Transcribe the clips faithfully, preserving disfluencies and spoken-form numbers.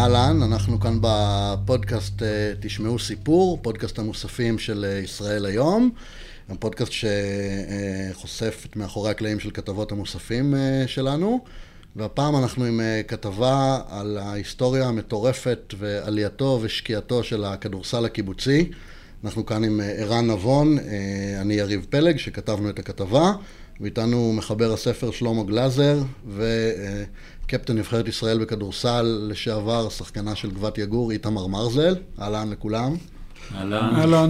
אהלן, אנחנו כאן בפודקאסט תשמעו סיפור, פודקאסט המוספים של ישראל היום. פודקאסט שחושף את מאחורי הקלעים של כתבות המוספים שלנו. והפעם אנחנו עם כתבה על ההיסטוריה המטורפת ועלייתו ושקיעתו של הכדורסל הקיבוצי. אנחנו כאן עם ערן נבון, אני יריב פלג שכתבנו את הכתבה, ואיתנו מחבר הספר שלמה גלזר וקפטן נבחרת ישראל בכדורסל לשעבר, שחקנה של גבת יגור, איתמר מרזל. אהלן לכולם. אהלן. אהלן.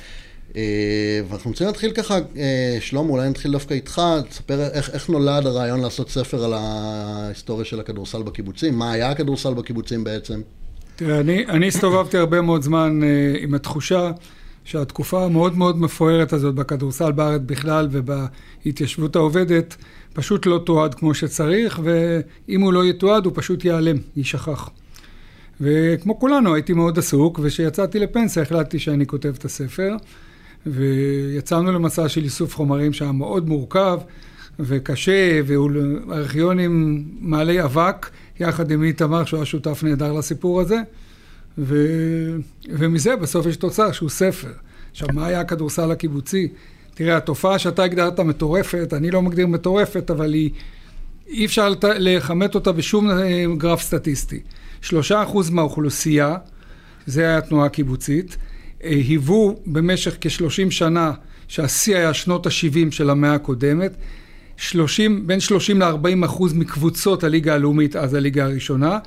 ואנחנו רוצים להתחיל ככה, שלמה, אולי נתחיל דווקא איתך, תספר איך, איך נולד הרעיון לעשות ספר על ההיסטוריה של הכדורסל בקיבוצים, מה היה הכדורסל בקיבוצים בעצם? תראה, אני, אני הסתובבתי הרבה מאוד זמן uh, עם התחושה שהתקופה המאוד מאוד מפוארת הזאת בכדורסל בארץ בכלל ובהתיישבות העובדת פשוט לא תועד כמו שצריך, ואם הוא לא יתועד הוא פשוט ייעלם, יישכח. וכמו כולנו הייתי מאוד עסוק, וכשיצאתי לפנסיה החלטתי שאני כותב את הספר, ויצאנו למסע של איסוף חומרים שהיה מאוד מורכב וקשה, וארכיונים מעלי אבק, יחד עם איתמר שהוא היה שותף נהדר לסיפור הזה, ו... ומזה בסוף יש תוצאה שהוא ספר. עכשיו, מה היה הכדורסל הקיבוצי? תראה, התופעה שאתה הגדרת מטורפת, אני לא מגדיר מטורפת, אבל היא... אי אפשר לחמת אותה בשום גרף סטטיסטי. שלושה אחוז מהאוכלוסייה, זה היה התנועה הקיבוצית, היוו במשך כ-שלושים שנה, שהשיא היה שנות ה-שבעים של המאה הקודמת, שלושים, בין שלושים ל-ארבעים אחוז מקבוצות הליגה הלאומית, אז הליגה הראשונה,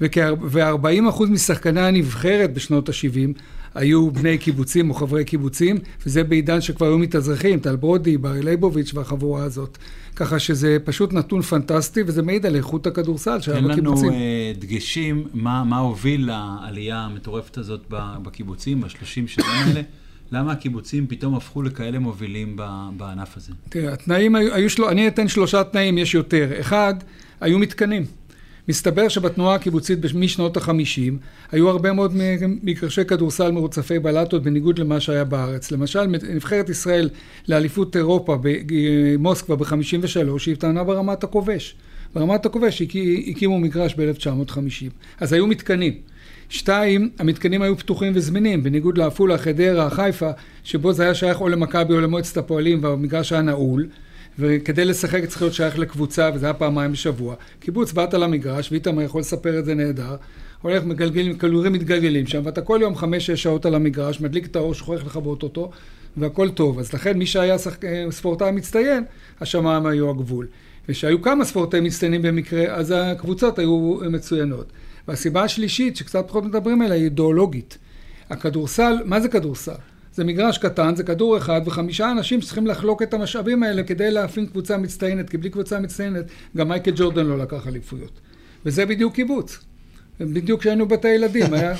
ו-ארבעים אחוז משחקני הנבחרת בשנות ה-שבעים, היו בני קיבוצים או חברי קיבוצים, וזה בעידן שכבר היו מתאזרחים, טל ברודי, ברי ליבוביץ' והחבורה הזאת. ככה שזה פשוט נתון פנטסטי, וזה מעיד על איכות הכדורסל שהיה בקיבוצים. תן לנו דגשים, מה, מה הוביל לעלייה המטורפת הזאת בקיבוצים, בשלושים שנים האלה? למה הקיבוצים פתאום הפכו לכאלה מובילים בענף הזה? תראה, התנאים היו, היו של... אני אתן שלושה תנאים, יש יותר. אחד, היו מתקנים. מסתבר שבתנועה הקיבוצית משנות החמישים, היו הרבה מאוד מגרשי כדורסל מרוצפי בלטות בניגוד למה שהיה בארץ. למשל, נבחרת ישראל לאליפות אירופה במוסקבה ב-חמישים ושלוש, היא התאמנה ברמת הכובש. ברמת הכובש הקימו מגרש ב-אלף תשע מאות וחמישים. אז היו מתקנים. שתיים, המתקנים היו פתוחים וזמינים, בניגוד לעפולה, חדרה, חיפה, שבו זה היה שייך או למכבי או למועצת הפועלים, והמגרש היה נעול. וכדי לשחק צריך להיות שייך לקבוצה, וזה היה פעמיים בשבוע. קיבוץ באת על המגרש, ואיתמר יכול לספר את זה נהדר, הולך מגלגלים, כדורים מתגלגלים שם, ואתה כל יום חמש שש שעות על המגרש, מדליק את האור, שוכח לכבות אותו, והכל טוב. אז לכן מי שהיה שח... ספורטאי מצטיין, השמיים היו הגבול. ושהיו כמה ספורטאים מצטיינים במקרה, אז הקבוצות היו מצוינות. והסיבה השלישית, שקצת פחות מדברים עליה, היא אידיאולוגית. הכדורסל, מה זה כדורסל? זה מגרש קטן, זה כדור אחד, וחמישה אנשים צריכים לחלוק את המשאבים האלה כדי להפין קבוצה מצטיינת, כי בלי קבוצה מצטיינת, גם מייקל ג'ורדן לא לקח אליפויות. וזה בדיוק קיבוץ. בדיוק כשהיינו בתי ילדים. היה...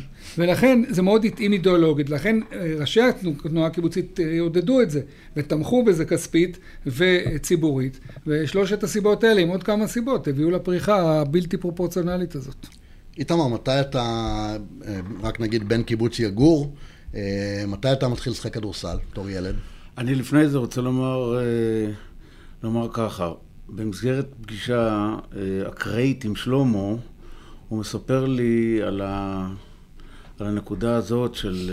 ולכן זה מאוד התאים אידיאולוגית. לכן ראשי התנועה הקיבוצית עודדו את זה, ותמכו בזה כספית וציבורית. ושלושת הסיבות האלה, עם עוד כמה סיבות, הביאו לפריחה הבלתי פרופורציונלית הזאת. איתמר, מתי אתה, רק נגיד, בן קיבוץ יגור, מתי אתה מתחיל לשחק כדורסל, בתור ילד? אני לפני זה רוצה לומר, לומר ככה, במסגרת פגישה אקראית עם שלמה, הוא מספר לי על, ה, על הנקודה הזאת של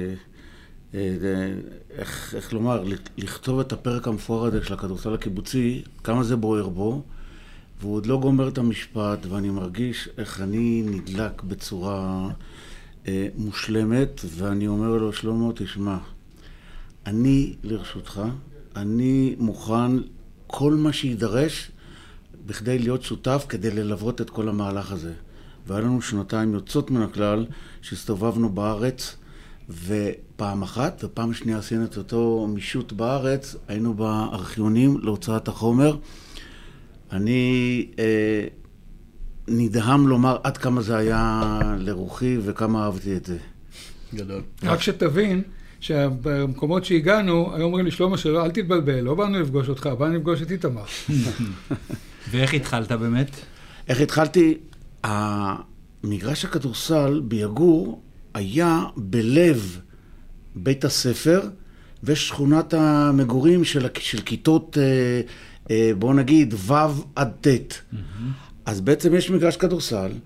איך, איך לומר, לכתוב את הפרק המפואר הזה של הכדורסל הקיבוצי, כמה זה בוער בו, והוא עוד לא גומר את המשפט, ואני מרגיש איך אני נדלק בצורה מושלמת, ואני אומר לו, שלמה, תשמע, אני לרשותך, אני מוכן כל מה שידרש בכדי להיות שותף, כדי ללוות את כל המהלך הזה. והיה לנו שנתיים יוצאות מן הכלל, שהסתובבנו בארץ, ופעם אחת, ופעם שנייה עשינו את אותו מישוט בארץ, היינו בארכיונים להוצאת החומר. אני אה, נדהם לומר עד כמה זה היה לרוחי וכמה אהבתי את זה. גדול. רק שתבין שבמקומות שהגענו, היו אומרים לי, שלמה שלא, אל תתבלבל, לא באנו לפגוש אותך, באנו לפגוש את איתמר. ואיך התחלת באמת? איך התחלתי? המגרש הכדורסל ביגור היה בלב בית הספר ושכונת המגורים של, של כיתות, בואו נגיד, ו' עד ט'. אז בעצם יש מגרש כדורסל,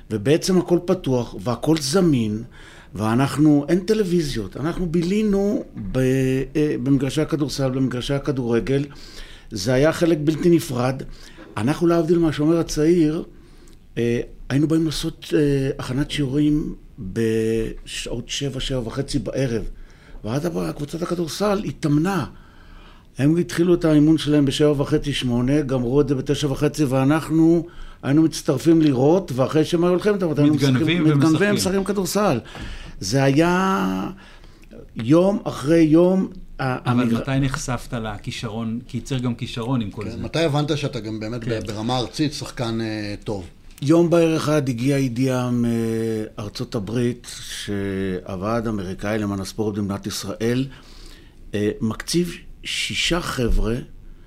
ובעצם הכל פתוח, והכל זמין, ואנחנו, אין טלוויזיות, אנחנו בילינו במגרשי הכדורסל, במגרשי הכדורגל, זה היה חלק בלתי נפרד. אנחנו להבדיל מהשומר הצעיר, היינו באים לעשות הכנת שיעורים בשעות שבע, שבע וחצי בערב, ועד קבוצת הכדורסל התאמנה. הם התחילו את האימון שלהם בשבע וחצי, שמונה, גמרו את זה בתשע וחצי, ואנחנו היינו מצטרפים לראות, ואחרי שהם היו הולכים, מתגנבים ומתגנבים משחקים כדורסל. זה היה יום אחרי יום. אבל מתי נחשפת לכישרון, כי יצר גם כישרון עם כל זה? מתי הבנת שאתה גם באמת ברמה ארצית שחקן טוב? יום בערך אחד הגיעה ידיעה מארצות הברית, שהוועד האמריקאי למען הספורט במדינת ישראל מקציב שישה חבר'ה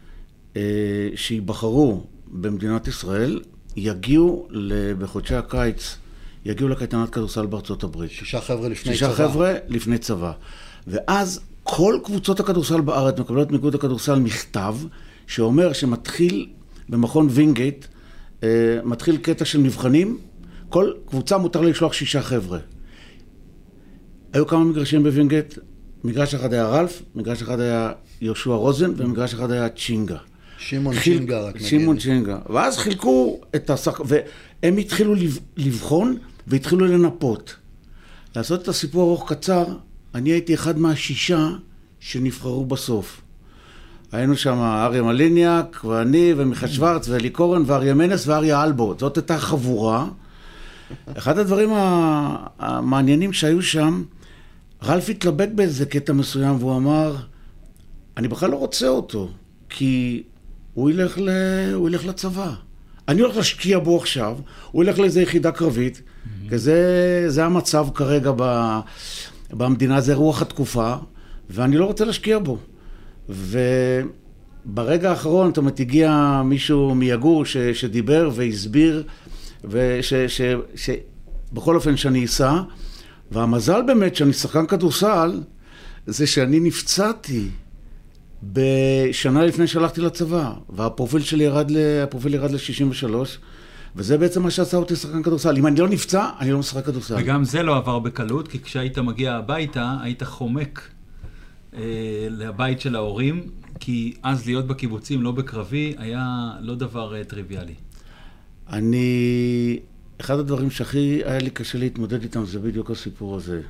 שיבחרו במדינת ישראל, יגיעו בחודשי הקיץ, יגיעו לקייטנת כדורסל בארצות הברית. שישה חבר'ה לפני שישה צבא. שישה חבר'ה לפני צבא. ואז כל קבוצות הכדורסל בארץ מקבלות מאיגוד הכדורסל מכתב, שאומר שמתחיל במכון וינגייט, מתחיל קטע של מבחנים, כל קבוצה מותר לשלוח שישה חבר'ה. היו כמה מגרשים בווינגייט, מגרש אחד היה רלף, מגרש אחד היה יהושע רוזן, ומגרש אחד היה צ'ינגה. שמעון צ'ינגה, רק נגיד. שמעון צ'ינגה. ואז חילקו את השחק... והם התחילו לבחון, והתחילו לנפות. לעשות את הסיפור ארוך קצר, אני הייתי אחד מהשישה שנבחרו בסוף. היינו שם אריה מליניאק, ואני, ומיכה שוורץ, ואלי קורן, ואריה מנס, ואריה אלבו. זאת הייתה חבורה. אחד הדברים המעניינים שהיו שם, רלף התלבט באיזה קטע מסוים, והוא אמר, אני בכלל לא רוצה אותו, כי הוא ילך, ל... הוא ילך לצבא. אני הולך להשקיע בו עכשיו, הוא ילך לאיזו יחידה קרבית, mm-hmm. כי זה, זה המצב כרגע ב... במדינה, זה רוח התקופה, ואני לא רוצה להשקיע בו. וברגע האחרון, זאת אומרת, הגיע מישהו מיגור ש... שדיבר והסביר, וש... ש... ש... בכל אופן שאני אסע, והמזל באמת שאני שחקן כדורסל, זה שאני נפצעתי בשנה לפני שהלכתי לצבא, והפרופיל שלי ירד, הפרופיל ירד ל-שישים ושלוש, וזה בעצם מה שעשה אותי שחקן כדורסל. אם אני לא נפצע, אני לא משחק כדורסל. וגם זה לא עבר בקלות, כי כשהיית מגיע הביתה, היית חומק אה, לבית של ההורים, כי אז להיות בקיבוצים, לא בקרבי, היה לא דבר אה, טריוויאלי. אני... אחד הדברים שהכי היה לי קשה להתמודד איתם, זה בדיוק הסיפור הזה.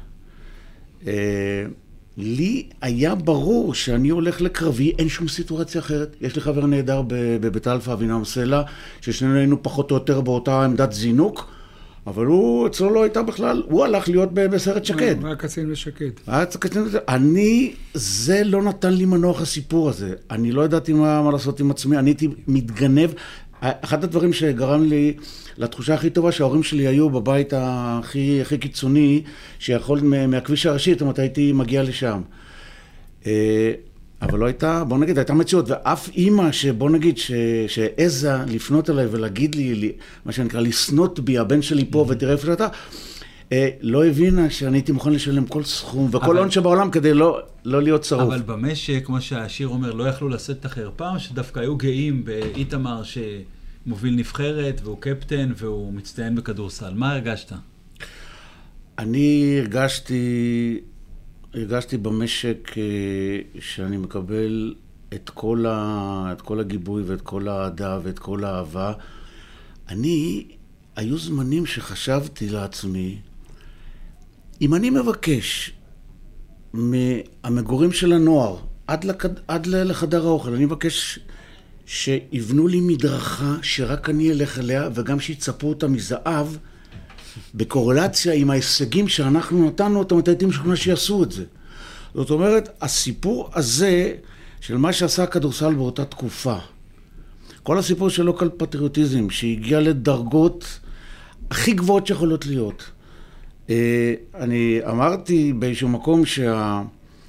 אה, לי היה ברור שאני הולך לקרבי, אין שום סיטואציה אחרת. יש לי חבר נהדר בבית אלפא, אבינם סלע, ששנינו היינו פחות או יותר באותה עמדת זינוק, אבל הוא, אצלו לא הייתה בכלל, הוא הלך להיות בסרט שקד. הוא היה קצין ושקד. היה קצין ושקד. אני, זה לא נתן לי מנוח הסיפור הזה. אני לא ידעתי מה, מה לעשות עם עצמי, אני הייתי מתגנב. אחד הדברים שגרם לי לתחושה הכי טובה, שההורים שלי היו בבית הכי, הכי קיצוני, שיכול מהכביש הראשי, זאת אומרת, הייתי מגיע לשם. אבל לא הייתה, בוא נגיד, הייתה מציאות, ואף אימא שבוא נגיד, שעזה לפנות אליי ולהגיד לי, מה שנקרא, לסנות בי, הבן שלי פה ותראה איפה שאתה, לא הבינה שאני הייתי מוכן לשלם כל סכום, וכל הון שבעולם כדי לא, לא להיות שרוף. אבל במשק, כמו שהשיר אומר, לא יכלו לשאת את החרפה, שדווקא היו גאים באיתמר שמוביל נבחרת, והוא קפטן, והוא מצטיין בכדורסל. מה הרגשת? אני הרגשתי, הרגשתי במשק שאני מקבל את כל, ה, את כל הגיבוי, ואת כל האהדה, ואת כל האהבה. אני, היו זמנים שחשבתי לעצמי, אם אני מבקש מהמגורים של הנוער עד, לכד, עד לחדר האוכל, אני מבקש שיבנו לי מדרכה שרק אני אלך אליה, וגם שיצפו אותה מזהב, בקורלציה עם ההישגים שאנחנו נתנו, אותם הייתי משוכנע שיעשו את זה. זאת אומרת, הסיפור הזה של מה שעשה הכדורסל באותה תקופה, כל הסיפור של לוקל פטריוטיזם, שהגיע לדרגות הכי גבוהות שיכולות להיות. אני אמרתי באיזשהו מקום שמה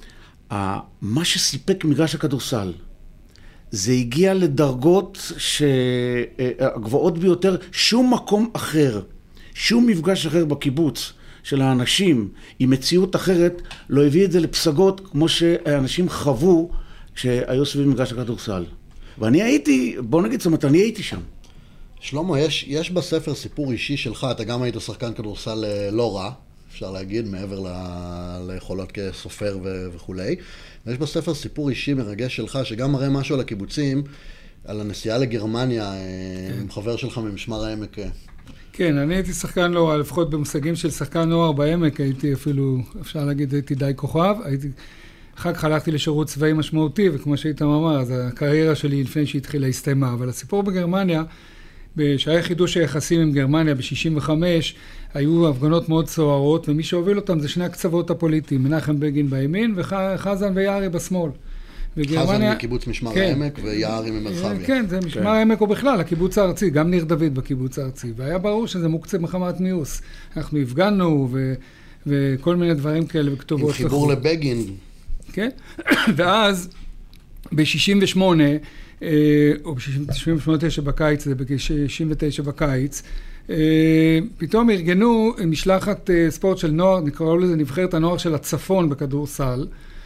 שסיפק מגרש הכדורסל, זה הגיע לדרגות הגבוהות ביותר, שום מקום אחר, שום מפגש אחר בקיבוץ של האנשים עם מציאות אחרת, לא הביא את זה לפסגות כמו שאנשים חוו שהיו סביב מגרש הכדורסל. ואני הייתי, בוא נגיד, זאת אומרת, אני הייתי שם. שלמה, יש, יש בספר סיפור אישי שלך, אתה גם היית שחקן כדורסל לא רע, אפשר להגיד, מעבר ל- ליכולות כסופר ו- וכולי. ויש בספר סיפור אישי מרגש שלך, שגם מראה משהו על הקיבוצים, על הנסיעה לגרמניה, כן. עם חבר שלך ממשמר העמק. כן, אני הייתי שחקן לא רע, לפחות במושגים של שחקן נוער בעמק, הייתי אפילו, אפשר להגיד, הייתי די כוכב, הייתי... אחר כך הלכתי לשירות צבאי משמעותי, וכמו שהיית אמר, אז הקריירה שלי לפני שהתחילה הסתיימה. אבל הסיפור בגרמניה, שהיה חידוש היחסים עם גרמניה ב-שישים וחמש, היו הפגנות מאוד סוערות, ומי שהוביל אותם זה שני הקצוות הפוליטיים, מנחם בגין בימין וחזן ויערי בשמאל. חזן מקיבוץ משמר כן. העמק ויערי ממרחביה. כן, זה משמר כן. העמק או בכלל, הקיבוץ הארצי, גם ניר דוד בקיבוץ הארצי, והיה ברור שזה מוקצה מחמת מיוס. אנחנו הפגנו ו... וכל מיני דברים כאלה וכתובות. עם חיבור לחור. לבגין. כן, ואז ב-שישים ושמונה, או ב-שישים ושמונה תשע בקיץ, זה ב-שישים ותשע בקיץ, פתאום ארגנו משלחת ספורט של נוער, נקראו לזה נבחרת הנוער של הצפון בכדורסל,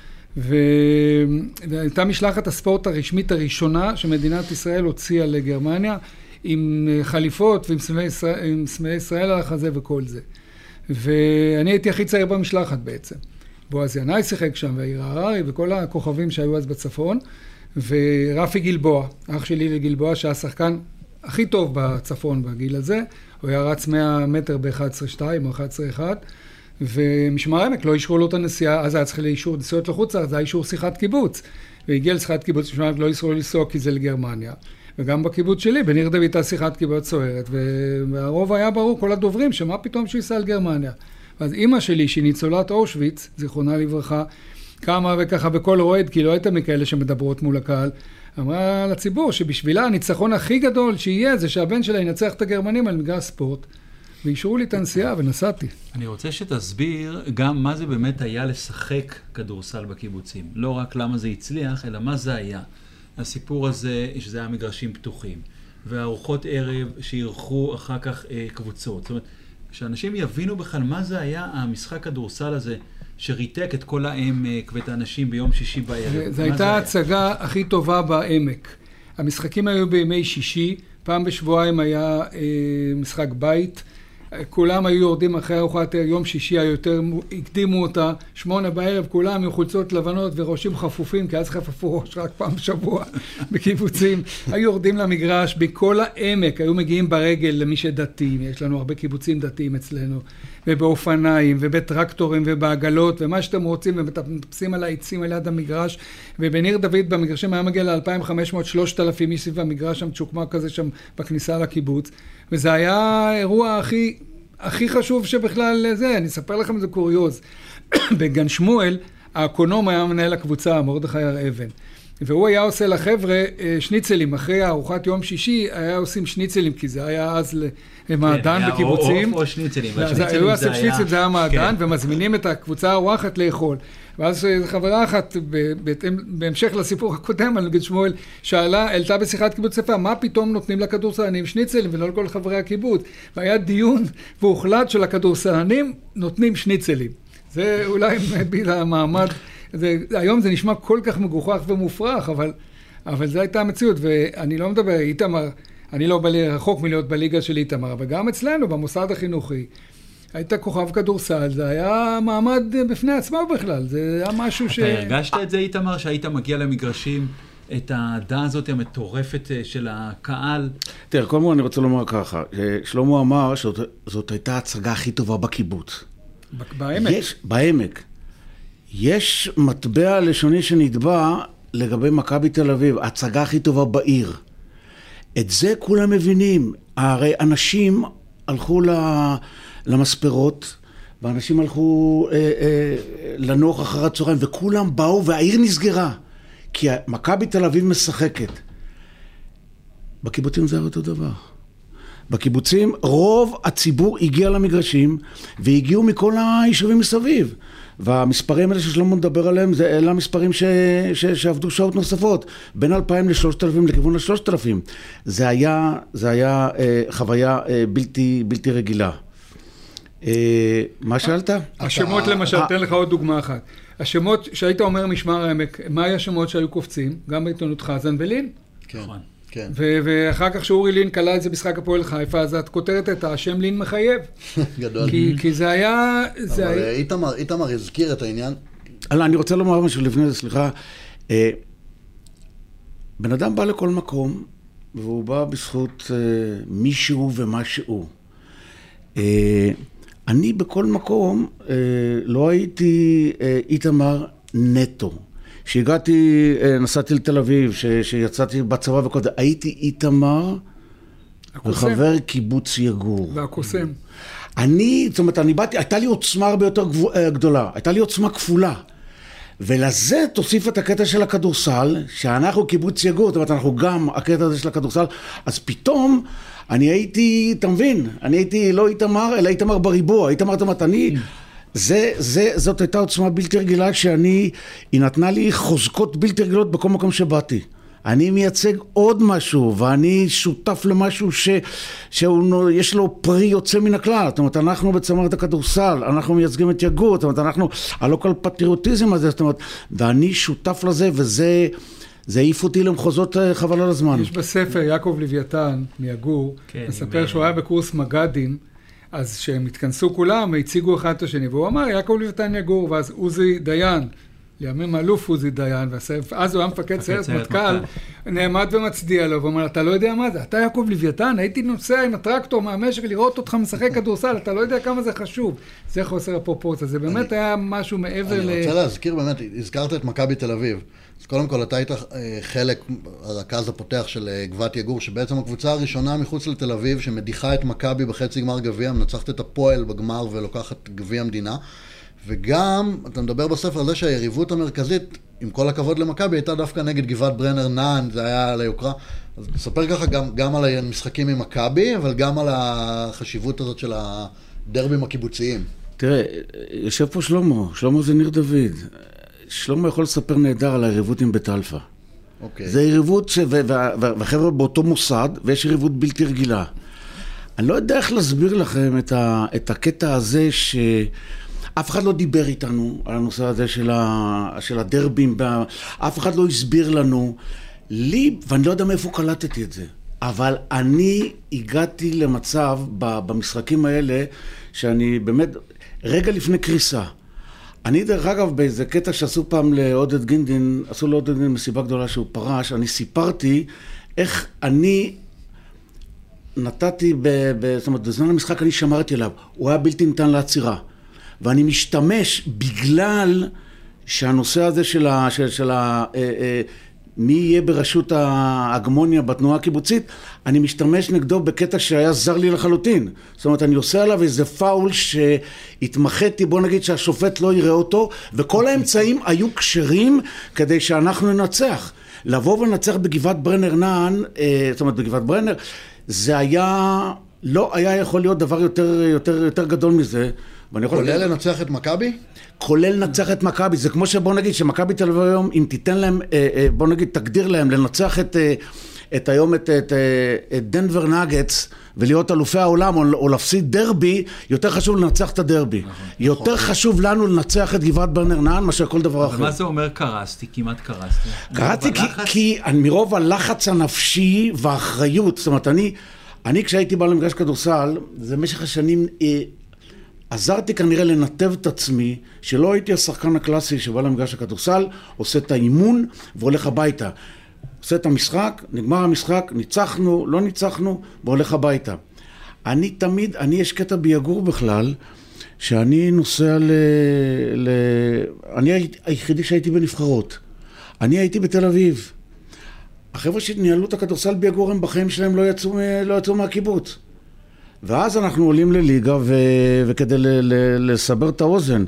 והייתה משלחת הספורט הרשמית הראשונה שמדינת ישראל הוציאה לגרמניה, עם חליפות ועם סמלי ישראל, עם סמלי ישראל על החזה וכל זה. ואני הייתי הכי צעיר במשלחת בעצם. בועז ינאי שיחק שם, והעיר הררי, וכל הכוכבים שהיו אז בצפון, ורפי גלבוע, אח שלי וגלבוע, שהיה שחקן הכי טוב בצפון בגיל הזה, הוא היה רץ מאה מטר ב-אחת עשרה שתיים או אחת עשרה אחת, ומשמר העמק לא אישרו לו את הנסיעה, אז היה צריך לאישור נסיעות לחוצה, זה היה אישור שיחת קיבוץ, והגיע לשיחת קיבוץ, משמר העמק לא אישרו לו לנסוע כי זה לגרמניה, וגם בקיבוץ שלי, בניר דוד הייתה שיחת קיבוץ סוערת, והרוב היה ברור, כל הדוברים, שמה פתאום שיסע לגרמניה. אז אמא שלי, שהיא ניצולת אושוויץ, זיכרונה לברכה, קמה וככה בכל רועד, כי לא הייתה מכאלה שמדברות מול הקהל, אמרה לציבור שבשבילה הניצחון הכי גדול שיהיה זה שהבן שלה ינצח את הגרמנים על מגרש ספורט, ואישרו לי את הנסיעה ונסעתי. אני רוצה שתסביר גם מה זה באמת היה לשחק כדורסל בקיבוצים. לא רק למה זה הצליח, אלא מה זה היה. הסיפור הזה, שזה היה מגרשים פתוחים, והארוחות ערב שאירחו אחר כך אה, קבוצות. זאת אומרת, שאנשים יבינו בכלל מה זה היה המשחק כדורסל הזה, שריתק את כל העמק ואת האנשים ביום שישי בערב. זו הייתה ההצגה הכי טובה בעמק. המשחקים היו בימי שישי, פעם בשבועיים היה אה, משחק בית, כולם היו יורדים אחרי ארוחת יום שישי היותר, הקדימו אותה, שמונה בערב, כולם עם חולצות לבנות וראשים חפופים, כי אז חפפו ראש רק פעם בשבוע בקיבוצים, היו יורדים למגרש, בכל העמק, היו מגיעים ברגל למי שדתיים, יש לנו הרבה קיבוצים דתיים אצלנו, ובאופניים, ובטרקטורים, ובעגלות, ומה שאתם רוצים, ומטפסים על העצים על יד המגרש, ובניר דוד במגרשים היה מגיע ל-אלפיים וחמש מאות שלושת אלפים איש סביב המגרש, שם צ'וקמה כזה שם בכניסה לקיבוץ, וזה היה האירוע הכי, הכי חשוב שבכלל זה, אני אספר לכם איזה קוריוז. בגן שמואל, האקונום היה מנהל הקבוצה, מרדכי הר אבן. והוא היה עושה לחבר'ה שניצלים, אחרי הארוחת יום שישי, היה עושים שניצלים, כי זה היה אז למעדן כן, בקיבוצים. או, או, או שניצלים, השניצלים זה היה... שניצל זה היה מעדן, כן. ומזמינים את הקבוצה האורחת לאכול. ואז חברה אחת, בהמשך לסיפור הקודם על גן שמואל, שאלה, העלתה בשיחת קיבוץ ספר, מה פתאום נותנים לכדורסלנים שניצלים ולא לכל חברי הקיבוץ? והיה דיון והוחלט שלכדורסלנים נותנים שניצלים. זה אולי מביא למעמד, זה, היום זה נשמע כל כך מגוחך ומופרך, אבל, אבל זו הייתה המציאות, ואני לא מדבר, איתמר, אני לא בלי, רחוק מלהיות בליגה של איתמר, אבל גם אצלנו, במוסד החינוכי, היית כוכב כדורסל, זה היה מעמד בפני עצמו בכלל, זה היה משהו ש... אתה הרגשת את זה, איתמר, שהיית מגיע למגרשים, את העדה הזאת המטורפת של הקהל? תראה, קודם כל אני רוצה לומר ככה, שלמה אמר שזאת הייתה ההצגה הכי טובה בקיבוץ. בעמק. יש, בעמק. יש מטבע לשוני שנתבע לגבי מכבי תל אביב, ההצגה הכי טובה בעיר. את זה כולם מבינים. הרי אנשים הלכו למספרות, ואנשים הלכו אה, אה, לנוח אחר הצהריים, וכולם באו והעיר נסגרה. כי מכבי תל אביב משחקת. בקיבוצים זה היה אותו דבר. בקיבוצים רוב הציבור הגיע למגרשים, והגיעו מכל היישובים מסביב. והמספרים האלה ששלמה מדבר עליהם, זה אלה המספרים ש, ש, שעבדו שעות נוספות, בין אלפיים לשלושת אלפים לכיוון לשלושת אלפים. זה היה, זה היה אה, חוויה אה, בלתי, בלתי רגילה. אה, מה שאלת? השמות למשל, תן לך עוד דוגמה אחת. השמות שהיית אומר משמר העמק, מה היה השמות שהיו קופצים? גם בעיתונות חזן ולין? כן. כן. ו- ואחר כך שאורי לין קלה את זה משחק הפועל חיפה, אז את כותרת את השם לין מחייב. גדול. כי, כי זה היה... זה אבל היה... איתמר, איתמר הזכיר את העניין. אלא, אני רוצה לומר משהו לפני זה, סליחה. אה, בן אדם בא לכל מקום, והוא בא בזכות אה, מישהו ומשהו. אה, אני בכל מקום אה, לא הייתי אה, איתמר נטו. כשהגעתי, אה, נסעתי לתל אביב, ש, שיצאתי בצבא וקודם, הייתי איתמר וחבר קיבוץ יגור. והקוסם. אני, זאת אומרת, אני באתי, הייתה לי עוצמה הרבה יותר גדולה, הייתה לי עוצמה כפולה. ולזה תוסיף את הקטע של הכדורסל, שאנחנו קיבוץ יגור, זאת אומרת, אנחנו גם הקטע הזה של הכדורסל, אז פתאום אני הייתי, אתה מבין, אני הייתי לא איתמר, אלא איתמר בריבוע, איתמר, זאת אומרת, אני, זה, זה, זאת הייתה עוצמה בלתי רגילה, שאני, היא נתנה לי חוזקות בלתי רגילות בכל מקום שבאתי. אני מייצג עוד משהו, ואני שותף למשהו ש, שיש לו פרי יוצא מן הכלל. זאת אומרת, אנחנו בצמרת הכדורסל, אנחנו מייצגים את יגור, זאת אומרת, אנחנו, הלא כל פטריוטיזם הזה, זאת אומרת, ואני שותף לזה, וזה, זה העיף אותי למחוזות חבל על הזמן. יש בספר יעקב לוויתן מיגור, כן, מספר שהוא היה בקורס מג"דים, אז שהם התכנסו כולם והציגו אחד את השני, והוא אמר, יעקב לוויתן יגור, ואז עוזי דיין, לימים אלוף עוזי דיין, ואז הוא היה מפקד סיירת מטכ"ל, נעמד ומצדיע לו, ואומר, אתה לא יודע מה זה, אתה יעקב לוויתן, הייתי נוסע עם הטרקטור מהמשק לראות אותך משחק כדורסל, אתה לא יודע כמה זה חשוב. זה חוסר הפרופורציה, זה באמת היה משהו מעבר ל... אני רוצה להזכיר באמת, הזכרת את מכבי תל אביב, אז קודם כל אתה היית חלק, הרכז הפותח של גבעת יגור, שבעצם הקבוצה הראשונה מחוץ לתל אביב, שמדיחה את מכבי בחצי גמר גביע, מנצחת את הפועל בגמר ולוקחת גביע המדינה, וגם, אתה מדבר בספר על זה שהיריבות המרכזית, עם כל הכבוד למכבי, הייתה דווקא נגד גבעת ברנר נען, זה היה על היוקרה. אז נספר ככה גם, גם על המשחקים עם מכבי, אבל גם על החשיבות הזאת של הדרבים הקיבוציים. תראה, יושב פה שלמה, שלמה זה ניר דוד. שלמה יכול לספר נהדר על היריבות עם בית אלפא. אוקיי. זה יריבות, ש... והחבר'ה באותו מוסד, ויש יריבות בלתי רגילה. אני לא יודע איך להסביר לכם את, ה... את הקטע הזה ש... אף אחד לא דיבר איתנו על הנושא הזה של, ה... של הדרבים, אף אחד לא הסביר לנו. לי, ואני לא יודע מאיפה קלטתי את זה, אבל אני הגעתי למצב במשחקים האלה, שאני באמת, רגע לפני קריסה. אני דרך אגב, באיזה קטע שעשו פעם לעודד גינדין, עשו לעודד גינדין מסיבה גדולה שהוא פרש, אני סיפרתי איך אני נתתי, ב... ב... זאת אומרת, בזמן המשחק אני שמרתי עליו, הוא היה בלתי ניתן לעצירה. ואני משתמש בגלל שהנושא הזה של ה... של, של ה אה, אה, מי יהיה בראשות ההגמוניה בתנועה הקיבוצית, אני משתמש נגדו בקטע שהיה זר לי לחלוטין. זאת אומרת, אני עושה עליו איזה פאול שהתמחיתי, בוא נגיד שהשופט לא יראה אותו, וכל האמצעים היו כשרים כדי שאנחנו ננצח. לבוא ונצח בגבעת ברנר נען, אה, זאת אומרת, בגבעת ברנר, זה היה, לא היה יכול להיות דבר יותר, יותר, יותר גדול מזה. כולל לנצח את מכבי? כולל לנצח את מכבי, זה כמו שבוא נגיד שמכבי תל אביב היום, אם תיתן להם, בוא נגיד תגדיר להם לנצח את, את היום את, את, את דנבר נאגטס ולהיות אלופי העולם או, או להפסיד דרבי, יותר חשוב לנצח את הדרבי. נכון, יותר נכון. חשוב לנו לנצח את גבעת ברנר נען מאשר כל דבר אחר. מה זה אומר קרסתי? כמעט קרסתי. קרסתי כי, כי מרוב הלחץ הנפשי והאחריות, זאת אומרת אני, אני כשהייתי בא למגרש כדורסל, זה משך השנים... עזרתי כנראה לנתב את עצמי, שלא הייתי השחקן הקלאסי שבא למגרש הכדורסל, עושה את האימון והולך הביתה. עושה את המשחק, נגמר המשחק, ניצחנו, לא ניצחנו, והולך הביתה. אני תמיד, אני יש קטע ביגור בכלל, שאני נוסע ל... ל... אני היחידי שהייתי בנבחרות. אני הייתי בתל אביב. החבר'ה שניהלו את הכדורסל ביגור, הם בחיים שלהם לא יצאו, לא יצאו מהקיבוץ. ואז אנחנו עולים לליגה, ו... וכדי ל... ל... לסבר את האוזן,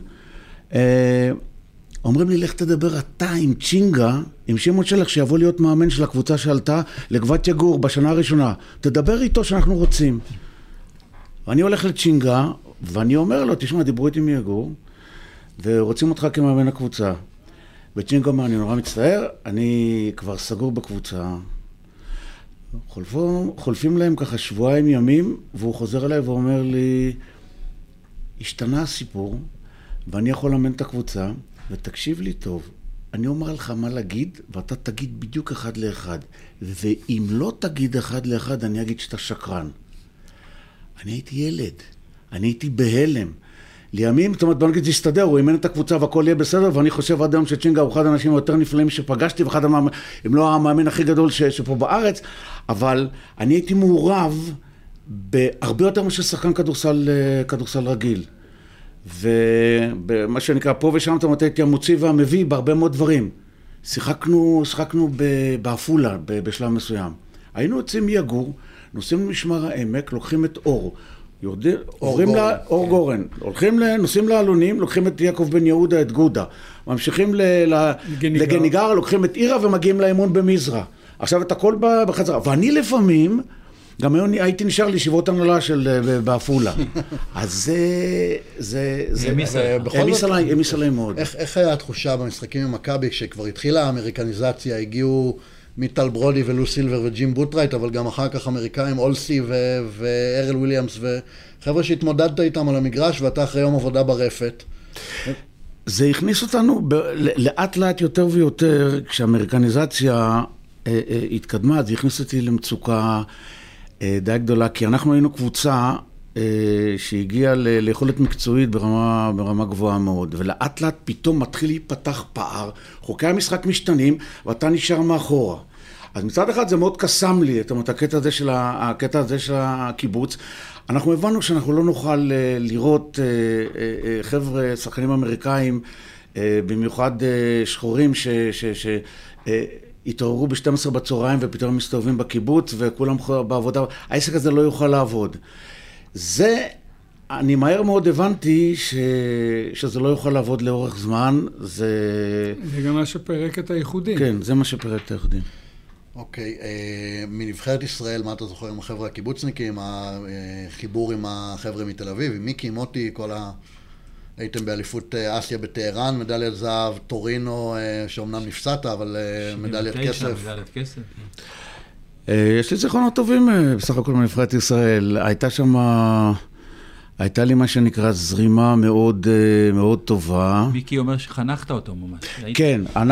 אומרים לי, לך תדבר אתה עם צ'ינגה, עם שמעון שלח, שיבוא להיות מאמן של הקבוצה שעלתה לגבעת יגור בשנה הראשונה. תדבר איתו שאנחנו רוצים. ואני הולך לצ'ינגה, ואני אומר לו, תשמע, דיברו איתי מיגור, ורוצים אותך כמאמן הקבוצה. וצ'ינגה אומר, אני נורא מצטער, אני כבר סגור בקבוצה. חולפו, חולפים להם ככה שבועיים ימים, והוא חוזר אליי ואומר לי, השתנה הסיפור, ואני יכול לאמן את הקבוצה, ותקשיב לי טוב, אני אומר לך מה להגיד, ואתה תגיד בדיוק אחד לאחד. ואם לא תגיד אחד לאחד, אני אגיד שאתה שקרן. אני הייתי ילד, אני הייתי בהלם. לימים, זאת אומרת, בוא נגיד, זה יסתדר, הוא אימן את הקבוצה והכל יהיה בסדר, ואני חושב עד היום שצ'ינגה הוא אחד האנשים היותר נפלאים שפגשתי, ואחד המאמן, אם לא המאמן הכי גדול ש, שפה בארץ, אבל אני הייתי מעורב בהרבה יותר מאשר שחקן כדורסל, כדורסל רגיל. ובמה שנקרא, פה ושם, זאת אומרת, הייתי המוציא והמביא בהרבה מאוד דברים. שיחקנו, שיחקנו באפולה בשלב מסוים. היינו יוצאים מיגור, נוסעים למשמר העמק, לוקחים את אור, יורדים, עוברים לה, אור גורן, הולכים, נוסעים לעלונים, לוקחים את יעקב בן יהודה, את גודה, ממשיכים לגניגר, לוקחים את עירה ומגיעים לאימון במזרע. עכשיו את הכל בחזרה, ואני לפעמים, גם היום הייתי נשאר לישיבות הנהלה של באפולה. אז זה, זה, זה, העמיס עליי מאוד. איך היה התחושה במשחקים עם מכבי, כשכבר התחילה האמריקניזציה, הגיעו מיטל ברודי ולו סילבר וג'ים בוטרייט, אבל גם אחר כך אמריקאים, אולסי וארל וויליאמס, וחבר'ה שהתמודדת איתם על המגרש, ואתה אחרי יום עבודה ברפת. זה הכניס אותנו לאט לאט יותר ויותר, כשהאמריקניזציה התקדמה, זה הכניס אותי למצוקה די גדולה, כי אנחנו היינו קבוצה שהגיעה ליכולת מקצועית ברמה, ברמה גבוהה מאוד, ולאט לאט פתאום מתחיל להיפתח פער, חוקי המשחק משתנים, ואתה נשאר מאחורה. אז מצד אחד זה מאוד קסם לי, את אומרת, הקטע הזה של, הקטע הזה של הקיבוץ. אנחנו הבנו שאנחנו לא נוכל לראות חבר'ה, שחקנים אמריקאים, במיוחד שחורים ש... ש, ש התעוררו ב-שתים עשרה בצהריים ופתאום מסתובבים בקיבוץ וכולם בעבודה, העסק הזה לא יוכל לעבוד. זה, אני מהר מאוד הבנתי ש... שזה לא יוכל לעבוד לאורך זמן, זה... זה גם מה שפרק את הייחודים. כן, זה מה שפרק את הייחודים. אוקיי, מנבחרת ישראל, מה אתה זוכר עם החבר'ה הקיבוצניקים, החיבור עם החבר'ה מתל אביב, עם מיקי, מוטי, כל ה... הייתם באליפות אסיה בטהרן, מדליית זהב, טורינו, שאומנם נפסעת, אבל מדליית כסף. מדליית כסף. יש לי זיכרונות טובים בסך הכל מנבחרת ישראל. הייתה שם, הייתה לי מה שנקרא זרימה מאוד מאוד טובה. מיקי אומר שחנכת אותו ממש. כן, אני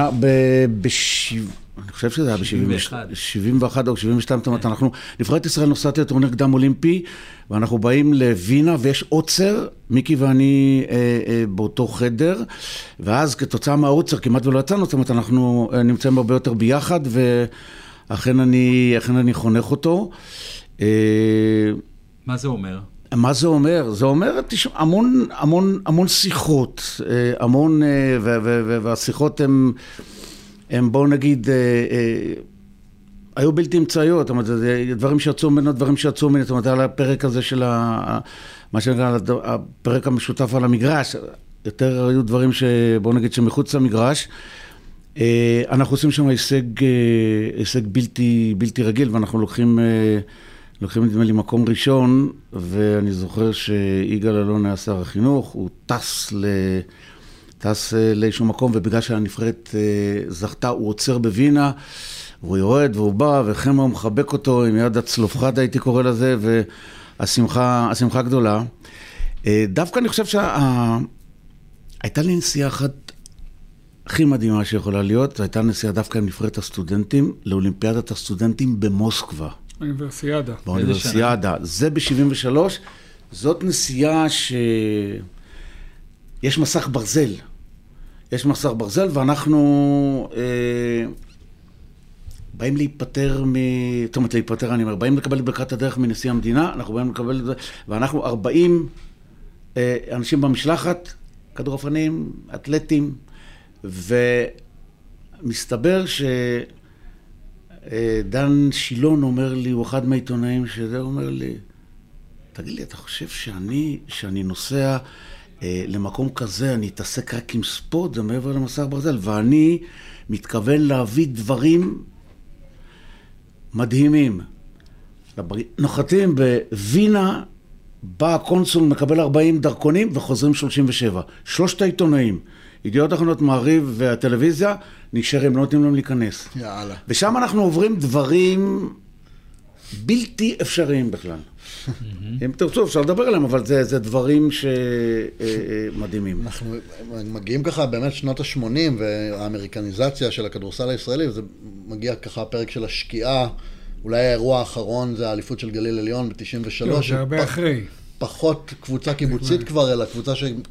חושב שזה היה ב-שבעים ואחת או שבעים ושתיים, זאת אומרת, אנחנו, נבחרת ישראל נוסעת לטורניר קדם אולימפי, ואנחנו באים לווינה, ויש עוצר, מיקי ואני אה, אה, באותו חדר, ואז כתוצאה מהעוצר, כמעט ולא יצאנו, זאת אומרת, אנחנו נמצאים הרבה יותר ביחד, ואכן אני, אכן אני חונך אותו. אה, מה זה אומר? מה זה אומר? זה אומר תשמע, המון, המון, המון שיחות, המון, ו- ו- ו- והשיחות הן, הם בואו נגיד, אה, אה, היו בלתי אמצעיות, זאת אומרת, דברים שיצאו ממנו, דברים שיצאו ממנו, זאת אומרת, על הפרק הזה של ה, מה שנקרא, הפרק המשותף על המגרש, יותר היו דברים שבואו נגיד שמחוץ למגרש, אה, אנחנו עושים שם הישג, אה, הישג בלתי, בלתי רגיל, ואנחנו לוקחים, אה, לוקחים נדמה לי מקום ראשון, ואני זוכר שיגאל אלון היה שר החינוך, הוא טס ל... טס לאיזשהו מקום, ובגלל שהנבחרת זכתה, הוא עוצר בווינה, והוא יורד והוא בא, וחמא הוא מחבק אותו עם יד הצלופחד, הייתי קורא לזה, והשמחה, השמחה גדולה. דווקא אני חושב שהייתה לי נסיעה אחת הכי מדהימה שיכולה להיות, זו הייתה נסיעה דווקא עם נבחרת הסטודנטים, לאולימפיאדת הסטודנטים במוסקבה. באוניברסיאדה. באוניברסיאדה. זה ב-שבעים ושלוש, זאת נסיעה ש... יש מסך ברזל. יש מסך ברזל, ואנחנו אה, באים להיפטר, מ... זאת אומרת, להיפטר, אני אומר, באים לקבל את ברכת הדרך מנשיא המדינה, אנחנו באים לקבל את זה, ואנחנו ארבעים אה, אנשים במשלחת, כדורעפנים, אתלטים, ומסתבר שדן שילון אומר לי, הוא אחד מהעיתונאים שזה, אומר לי, תגיד לי, אתה חושב שאני, שאני נוסע למקום כזה, אני אתעסק רק עם ספורט, זה מעבר למסך ברזל, ואני מתכוון להביא דברים מדהימים. נוחתים בווינה, בא הקונסול, מקבל ארבעים דרכונים, וחוזרים שלושים ושבע. שלושת העיתונאים, ידיעות אחרונות, מעריב והטלוויזיה, נשארים, לא נותנים להם להיכנס. יאללה. ושם אנחנו עוברים דברים בלתי אפשריים בכלל. אם תרצו, אפשר לדבר עליהם, אבל זה, זה דברים שמדהימים. אנחנו מגיעים ככה באמת שנות ה-שמונים, והאמריקניזציה של הכדורסל הישראלי, וזה מגיע ככה הפרק של השקיעה, אולי האירוע האחרון זה האליפות של גליל עליון ב-תשעים ושלוש. זה הרבה אחרי. פחות קבוצה קיבוצית כבר, אלא קבוצה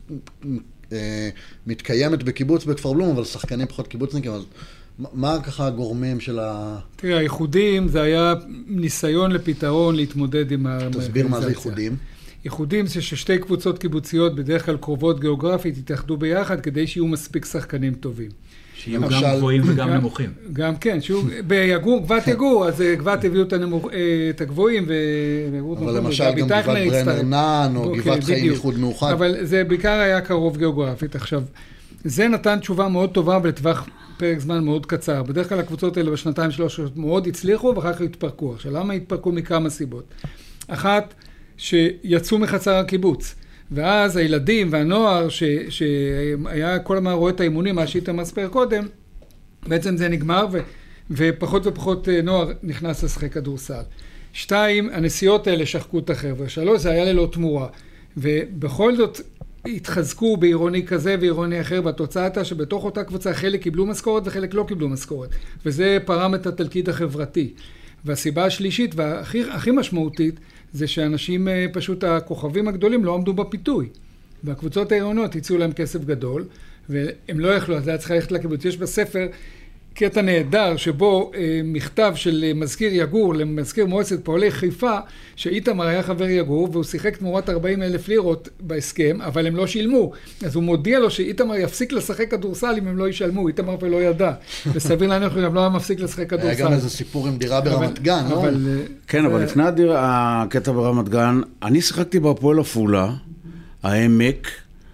שמתקיימת בקיבוץ בכפר בלום, אבל שחקנים פחות קיבוצניקים, אז מה ככה הגורמים של ה... תראה, הייחודים זה היה ניסיון לפתרון להתמודד עם האמריקניזציה. תסביר מה זה ייחודים. ייחודים זה ששתי קבוצות קיבוציות בדרך כלל קרובות גיאוגרפית יתאחדו ביחד כדי שיהיו מספיק שחקנים טובים. שיהיו גם גבוהים וגם נמוכים. גם כן, שהוא ביגור, גבת יגור, אז גבת הביאו את הגבוהים. אבל למשל גם גבת ברנרנן או גבת חיים ייחוד מאוחד. אבל זה בעיקר היה קרוב גיאוגרפית. עכשיו, זה נתן תשובה מאוד טובה ולטווח פרק זמן מאוד קצר. בדרך כלל הקבוצות האלה בשנתיים שלוש מאוד הצליחו ואחר כך התפרקו. עכשיו, למה התפרקו? מכמה סיבות. אחת, שיצאו מחצר הקיבוץ. ואז הילדים והנוער, ש, שהיה כל הזמן רואה את האימונים, מה שאיתם מספר קודם, בעצם זה נגמר, ו, ופחות ופחות נוער נכנס לשחק כדורסל. שתיים, הנסיעות האלה שחקו את החבר'ה. שלוש, זה היה ללא תמורה. ובכל זאת התחזקו בעירוני כזה ועירוני אחר, והתוצאה הייתה שבתוך אותה קבוצה חלק קיבלו משכורת וחלק לא קיבלו משכורת. וזה פרם את התלכיד החברתי. והסיבה השלישית והכי הכי משמעותית, זה שאנשים פשוט הכוכבים הגדולים לא עמדו בפיתוי. והקבוצות העירוניות הציעו להם כסף גדול, והם לא יכלו, אז זה היה צריך ללכת לקיבוץ. יש בספר קטע נהדר, שבו אה, מכתב של מזכיר יגור למזכיר מועצת פועלי חיפה, שאיתמר היה חבר יגור, והוא שיחק תמורת ארבעים אלף לירות בהסכם, אבל הם לא שילמו. אז הוא מודיע לו שאיתמר יפסיק לשחק כדורסל אם הם לא ישלמו. איתמר ולא ידע. וסביר להניח גם לא היה מפסיק לשחק כדורסל. היה גם איזה סיפור עם דירה ברמת גן, לא? כן, אבל לפני הקטע ברמת גן, אני שיחקתי בהפועל עפולה, העמק,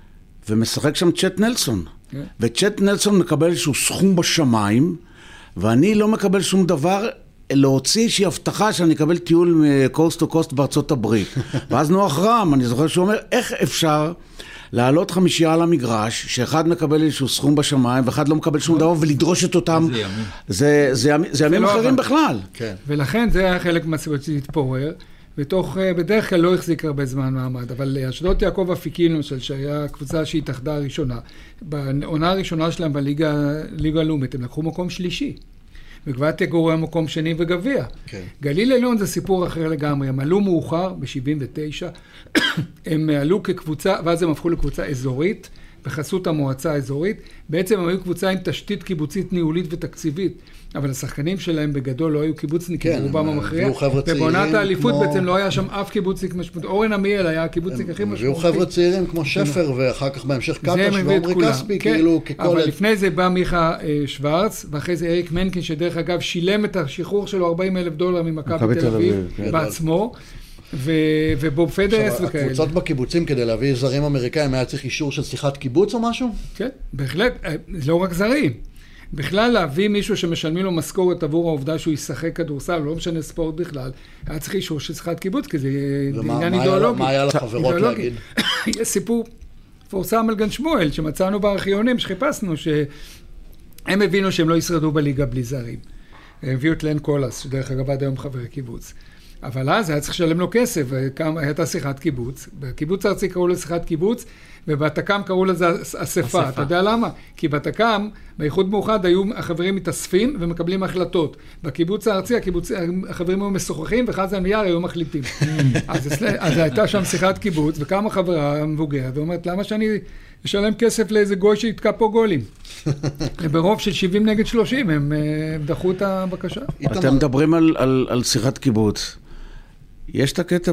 ומשחק שם צ'ט נלסון. וצ'ט נלסון מקבל איזשהו סכום בשמיים, ואני לא מקבל שום דבר, להוציא איזושהי הבטחה שאני אקבל טיול מקוסט טו קוסט בארצות הברית. ואז נוח רם, אני זוכר שהוא אומר, איך אפשר לעלות חמישייה על המגרש, שאחד מקבל איזשהו סכום בשמיים, ואחד לא מקבל שום דבר, ולדרוש את אותם... זה ימים אחרים בכלל. ולכן זה היה חלק מהסיבות שהתפורר, בתוך, בדרך כלל לא החזיק הרבה זמן מעמד, אבל אשדוד יעקב אפיקים, למשל, שהיה קבוצה שהתאחדה הראשונה, בעונה הראשונה שלהם בליגה הלאומית, הם לקחו מקום שלישי, וגבת יגור היה מקום שני וגביע. כן. גליל עליון זה סיפור אחר לגמרי, הם עלו מאוחר ב-שבעים ותשע, הם עלו כקבוצה, ואז הם הפכו לקבוצה אזורית, בחסות המועצה האזורית, בעצם הם היו קבוצה עם תשתית קיבוצית ניהולית ותקציבית, אבל השחקנים שלהם בגדול לא היו קיבוצניקים, כן, רובם המכריע, ובעונת האליפות כמו... בעצם לא היה שם אף קיבוצניק משמעות, אורן עמיאל היה הקיבוצניק הכי משמעותי. הביאו חבר'ה צעירים כמו שפר, ואחר כך בהמשך קטש ועומרי כספי, כן, כאילו ככל... אבל לפני זה בא מיכה שוורץ, ואחרי זה אריק מנקין, שדרך אגב שילם את השחרור שלו ארבעים אלף דולר ממכבי תל אביב בעצמו, ובוב פדרס וכאלה. הקבוצות בקיבוצים כדי להביא זרים אמריקאים, היה צריך אישור של שיחת קיבוץ או משהו? כן, בהחלט, לא רק זרים. בכלל להביא מישהו שמשלמים לו משכורת עבור העובדה שהוא ישחק כדורסל, לא משנה ספורט בכלל, היה צריך אישור של שיחת קיבוץ, כי זה עניין אידיאולוגי. מה היה לחברות להגיד? יש סיפור פורסם על גן שמואל, שמצאנו בארכיונים, שחיפשנו, שהם הבינו שהם לא ישרדו בליגה בלי זרים. הביאו את לן קולס, שדרך אגב עד היום חבר קיבוץ. אבל אז היה צריך לשלם לו כסף, הייתה שיחת קיבוץ. בקיבוץ הארצי קראו לזה שיחת קיבוץ, ובתקם קראו לזה אספה. אתה יודע למה? כי בתקם, באיחוד מאוחד, היו החברים מתאספים ומקבלים החלטות. בקיבוץ הארצי, הקיבוץ, החברים היו משוחחים, וחזן ויער היו מחליטים. אז, אז הייתה שם שיחת קיבוץ, וכמה חברה מבוגרת, ואומרת, למה שאני אשלם כסף לאיזה גוי שיתקע פה גולים? ברוב של שבעים נגד שלושים, הם דחו את הבקשה. אתם מדברים על, על, על שיחת קיבוץ. יש את הקטע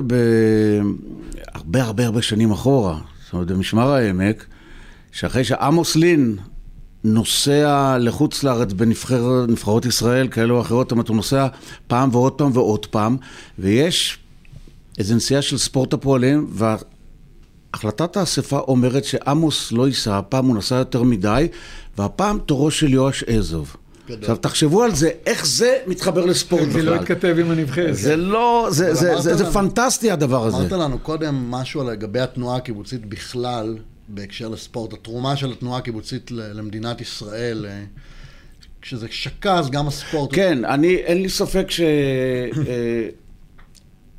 בהרבה הרבה הרבה שנים אחורה, זאת אומרת, במשמר העמק, שאחרי שעמוס לין נוסע לחוץ לארץ בנבחרות ישראל, כאלה או אחרות, זאת אומרת, הוא נוסע פעם ועוד פעם ועוד פעם, ויש איזו נסיעה של ספורט הפועלים, והחלטת האספה אומרת שעמוס לא ייסע, הפעם הוא נסע יותר מדי, והפעם תורו של יואש אזוב. עכשיו, תחשבו על זה, איך זה מתחבר לספורט בכלל. זה לא התכתב עם הנבחרת. זה לא, זה פנטסטי הדבר הזה. אמרת לנו קודם משהו לגבי התנועה הקיבוצית בכלל, בהקשר לספורט, התרומה של התנועה הקיבוצית למדינת ישראל, כשזה שקע, אז גם הספורט... כן, אני, אין לי ספק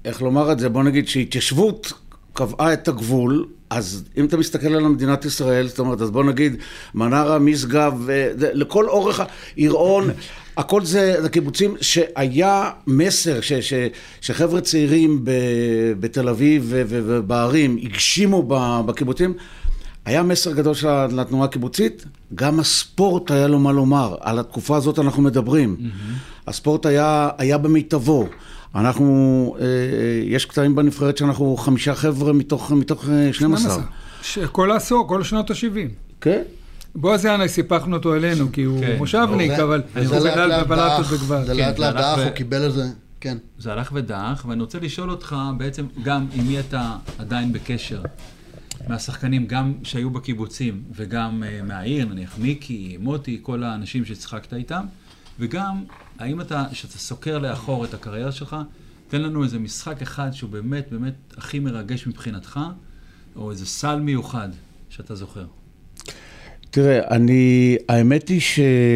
איך לומר את זה, בוא נגיד שהתיישבות קבעה את הגבול, אז אם אתה מסתכל על מדינת ישראל, זאת אומרת, אז בוא נגיד, מנרה, משגב, לכל אורך העירון, הכל זה, זה קיבוצים שהיה מסר, ש, ש, שחבר'ה צעירים ב, בתל אביב ובערים הגשימו בקיבוצים, היה מסר גדול של התנועה הקיבוצית, גם הספורט היה לו מה לומר, על התקופה הזאת אנחנו מדברים. Mm-hmm. הספורט היה, היה במיטבו. אנחנו, אה, יש קטעים בנבחרת שאנחנו חמישה חבר'ה מתוך, מתוך שנים עשר. כל העשור, כל שנות ה-שבעים. כן. בועז ינאי סיפחנו אותו אלינו, כי הוא מושבניק, אבל הוא גדל בבלטות בגבר. זה לאט לאט דאח, הוא קיבל את זה, כן. זה הלך ודאח, ואני רוצה לשאול אותך בעצם גם עם מי אתה עדיין בקשר. מהשחקנים גם שהיו בקיבוצים וגם uh, מהעיר, נניח מיקי, מוטי, כל האנשים שצחקת איתם, וגם האם אתה, שאתה סוקר לאחור את הקריירה שלך, תן לנו איזה משחק אחד שהוא באמת באמת הכי מרגש מבחינתך, או איזה סל מיוחד שאתה זוכר. תראה, אני, האמת היא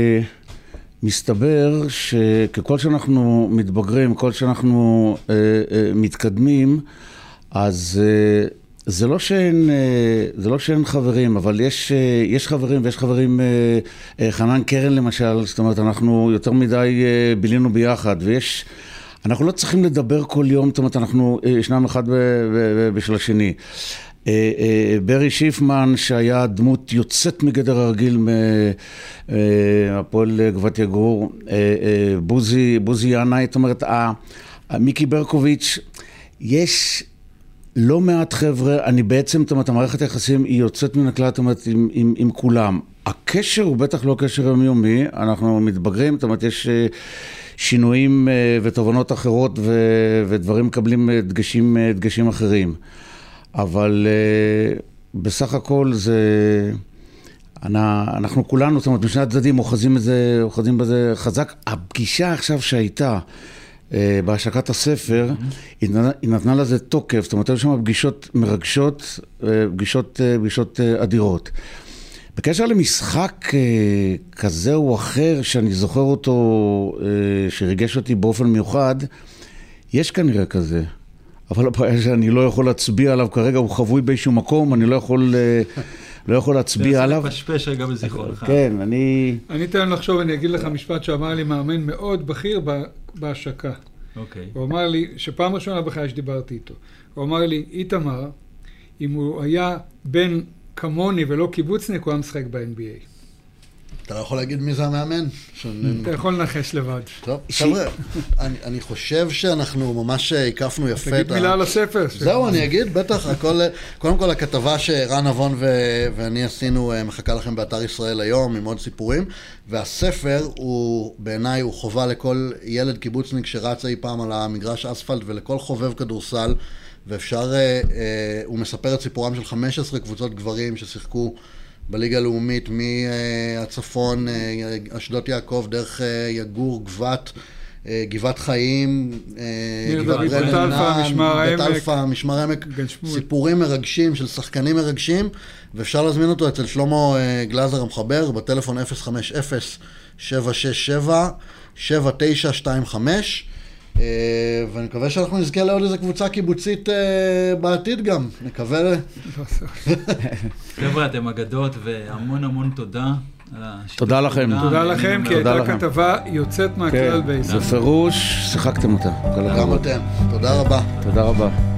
שמסתבר שככל שאנחנו מתבגרים, כל שאנחנו אה, אה, מתקדמים, אז אה, זה לא שאין, זה לא שאין חברים, אבל יש, יש חברים ויש חברים, חנן קרן למשל, זאת אומרת, אנחנו יותר מדי בילינו ביחד, ויש, אנחנו לא צריכים לדבר כל יום, זאת אומרת, אנחנו ישנם אחד בשביל השני. ברי שיפמן, שהיה דמות יוצאת מגדר הרגיל מהפועל גבת יגור, בוזי, בוזי ינאי, זאת אומרת, מיקי ברקוביץ', יש לא מעט חבר'ה, אני בעצם, זאת אומרת, המערכת היחסים היא יוצאת מן הכלל, זאת אומרת, עם, עם, עם כולם. הקשר הוא בטח לא קשר יומיומי, אנחנו מתבגרים, זאת אומרת, יש שינויים ותובנות אחרות ו, ודברים מקבלים דגשים, דגשים אחרים. אבל בסך הכל זה, אנחנו כולנו, זאת אומרת, משני הצדדים אוחזים את זה, אוחזים בזה חזק. הפגישה עכשיו שהייתה, בהשקת הספר, היא נתנה לזה תוקף, זאת אומרת, היו שם פגישות מרגשות, פגישות, פגישות אדירות. בקשר למשחק כזה או אחר, שאני זוכר אותו, שריגש אותי באופן מיוחד, יש כנראה כזה. אבל הבעיה שאני לא יכול להצביע עליו כרגע, הוא חבוי באיזשהו מקום, אני לא יכול, לא יכול להצביע עליו. זה פשפש רגע בזיכרונך. כן, אני... אני אתן לחשוב, אני אגיד לך משפט שאמר לי מאמן מאוד בכיר בהשקה. אוקיי. הוא אמר לי, שפעם ראשונה בחיי שדיברתי איתו, הוא אמר לי, איתמר, אם הוא היה בן כמוני ולא קיבוצניק, הוא היה משחק ב-אן בי איי. אתה לא יכול להגיד מי זה המאמן? אתה יכול לנחש לבד. טוב, חבר'ה, אני חושב שאנחנו ממש הקפנו יפה. תגיד מילה על הספר. זהו, אני אגיד, בטח, קודם כל הכתבה שרן אבון ואני עשינו מחכה לכם באתר ישראל היום, עם עוד סיפורים, והספר הוא, בעיניי, הוא חובה לכל ילד קיבוצניק שרץ אי פעם על המגרש אספלט ולכל חובב כדורסל, ואפשר, הוא מספר את סיפורם של חמש עשרה קבוצות גברים ששיחקו בליגה הלאומית, מהצפון, אשדות יעקב, דרך יגור, גבת, גבעת חיים, גבעת ברננן, בית אלפה, משמר העמק, סיפורים מרגשים של שחקנים מרגשים, ואפשר להזמין אותו אצל שלמה גלזר המחבר, בטלפון אפס חמש אפס שבע שש שבע שבע תשע שתיים חמש, ואני מקווה שאנחנו נזכה לעוד איזו קבוצה קיבוצית בעתיד גם, נקווה. חבר'ה, אתם אגדות, והמון המון תודה. תודה לכם. תודה לכם, כי הייתה כתבה יוצאת מהכלל בישראל. בפירוש, שיחקתם אותה. גם אתם. תודה רבה. תודה רבה.